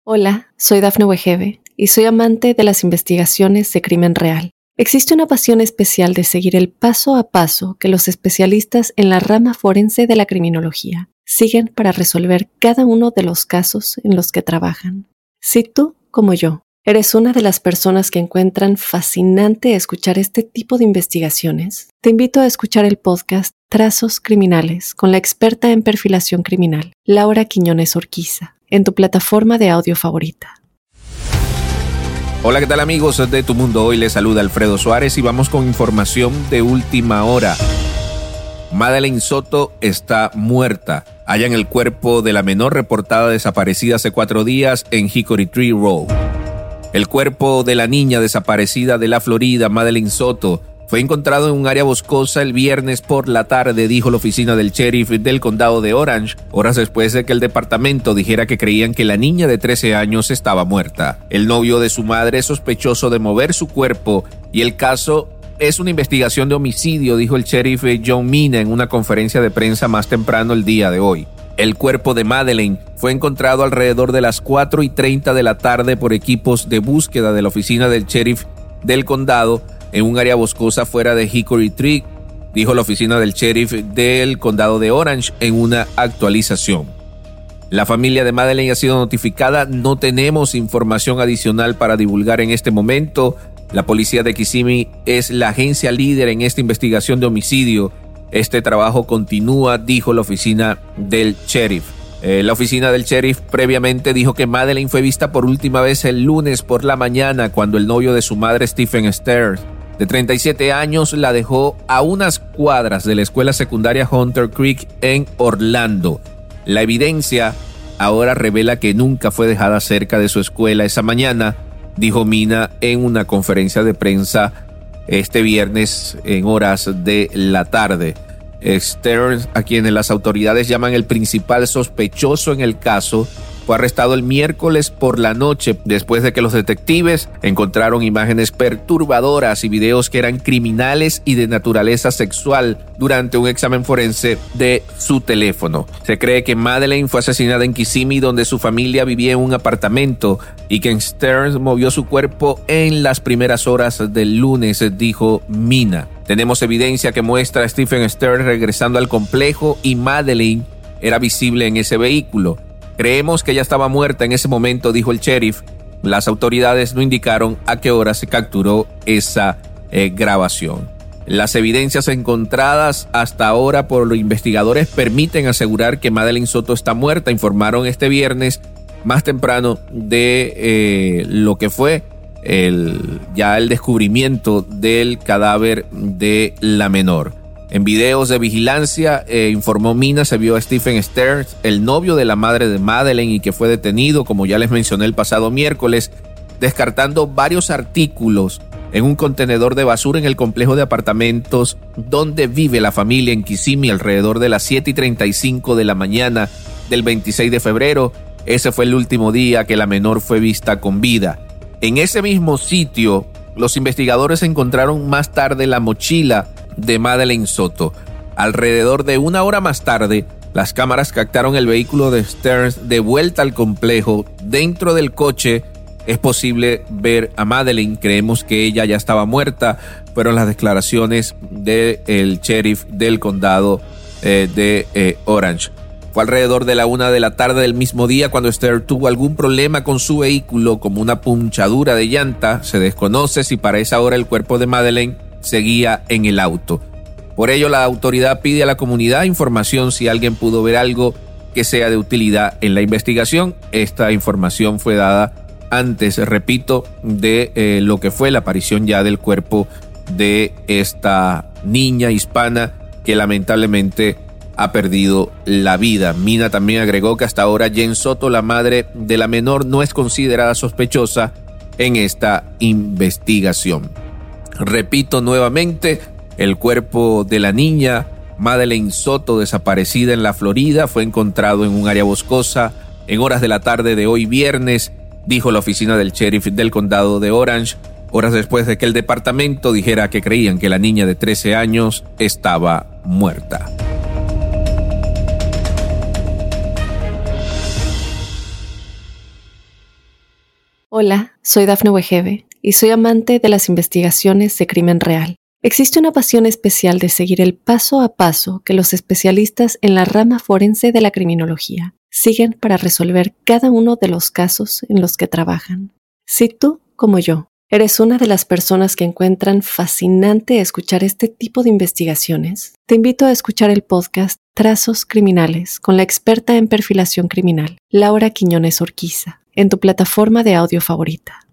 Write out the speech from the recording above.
Hola, soy Dafne Wegebe y soy amante de las investigaciones de crimen real. Existe una pasión especial de seguir el paso a paso que los especialistas en la rama forense de la criminología siguen para resolver cada uno de los casos en los que trabajan. Si tú, como yo, eres una de las personas que encuentran fascinante escuchar este tipo de investigaciones, te invito a escuchar el podcast Trazos Criminales con la experta en perfilación criminal, Laura Quiñones Orquiza, en tu plataforma de audio favorita. Hola, ¿qué tal amigos de Tu Mundo? Hoy les saluda Alfredo Suárez y vamos con información de última hora. Madeleine Soto está muerta. Hallan el cuerpo de la menor reportada desaparecida hace 4 días en Hickory Tree Road. El cuerpo de la niña desaparecida de la Florida, Madeleine Soto, fue encontrado en un área boscosa el viernes por la tarde, dijo la oficina del sheriff del condado de Orange, horas después de que el departamento dijera que creían que la niña de 13 años estaba muerta. El novio de su madre es sospechoso de mover su cuerpo y el caso es una investigación de homicidio, dijo el sheriff John Mina en una conferencia de prensa más temprano el día de hoy. El cuerpo de Madeleine fue encontrado alrededor de las 4:30 de la tarde por equipos de búsqueda de la oficina del sheriff del condado en un área boscosa fuera de Hickory Tree, dijo la oficina del sheriff del condado de Orange en una actualización. La familia de Madeleine ha sido notificada. No tenemos información adicional para divulgar en este momento. La policía de Kissimmee es la agencia líder en esta investigación de homicidio. Este trabajo continúa, dijo la oficina del sheriff. La oficina del sheriff previamente dijo que Madeleine fue vista por última vez el lunes por la mañana cuando el novio de su madre, Stephen Stairs, de 37 años, la dejó a unas cuadras de la escuela secundaria Hunter Creek en Orlando. La evidencia ahora revela que nunca fue dejada cerca de su escuela esa mañana, dijo Mina en una conferencia de prensa este viernes en horas de la tarde. Stearns, a quienes las autoridades llaman el principal sospechoso en el caso, fue arrestado el miércoles por la noche después de que los detectives encontraron imágenes perturbadoras y videos que eran criminales y de naturaleza sexual durante un examen forense de su teléfono. Se cree que Madeleine fue asesinada en Kissimmee, donde su familia vivía en un apartamento, y que Stearns movió su cuerpo en las primeras horas del lunes, dijo Mina. Tenemos evidencia que muestra a Stephen Stairs regresando al complejo y Madeleine era visible en ese vehículo. Creemos que ella estaba muerta en ese momento, dijo el sheriff. Las autoridades no indicaron a qué hora se capturó esa grabación. Las evidencias encontradas hasta ahora por los investigadores permiten asegurar que Madeleine Soto está muerta, informaron este viernes más temprano de lo que fue el descubrimiento del cadáver de la menor. En videos de vigilancia, informó Mina, se vio a Stephen Stairs, el novio de la madre de Madeleine y que fue detenido, como ya les mencioné el pasado miércoles, descartando varios artículos en un contenedor de basura en el complejo de apartamentos donde vive la familia en Kissimmee alrededor de las 7:35 de la mañana del 26 de febrero. Ese fue el último día que la menor fue vista con vida. En ese mismo sitio, los investigadores encontraron más tarde la mochila de Madeleine Soto. Alrededor de 1 hora más tarde, las cámaras captaron el vehículo de Stearns de vuelta al complejo. Dentro del coche es posible ver a Madeleine. Creemos que ella ya estaba muerta. Fueron las declaraciones del sheriff del condado de Orange. Fue alrededor de la 1 de la tarde del mismo día cuando Stairs tuvo algún problema con su vehículo, como una punchadura de llanta. Se desconoce si para esa hora el cuerpo de Madeleine seguía en el auto. Por ello, la autoridad pide a la comunidad información si alguien pudo ver algo que sea de utilidad en la investigación. Esta información fue dada antes, repito, de lo que fue la aparición ya del cuerpo de esta niña hispana que lamentablemente ha perdido la vida. Mina también agregó que hasta ahora Jen Soto, la madre de la menor, no es considerada sospechosa en esta investigación. Repito nuevamente, el cuerpo de la niña Madeleine Soto, desaparecida en la Florida, fue encontrado en un área boscosa en horas de la tarde de hoy viernes, dijo la oficina del sheriff del condado de Orange, horas después de que el departamento dijera que creían que la niña de 13 años estaba muerta. Hola, soy Dafne Wegebe y soy amante de las investigaciones de crimen real. Existe una pasión especial de seguir el paso a paso que los especialistas en la rama forense de la criminología siguen para resolver cada uno de los casos en los que trabajan. Si tú, como yo, eres una de las personas que encuentran fascinante escuchar este tipo de investigaciones, te invito a escuchar el podcast Trazos Criminales con la experta en perfilación criminal, Laura Quiñones Orquiza, en tu plataforma de audio favorita.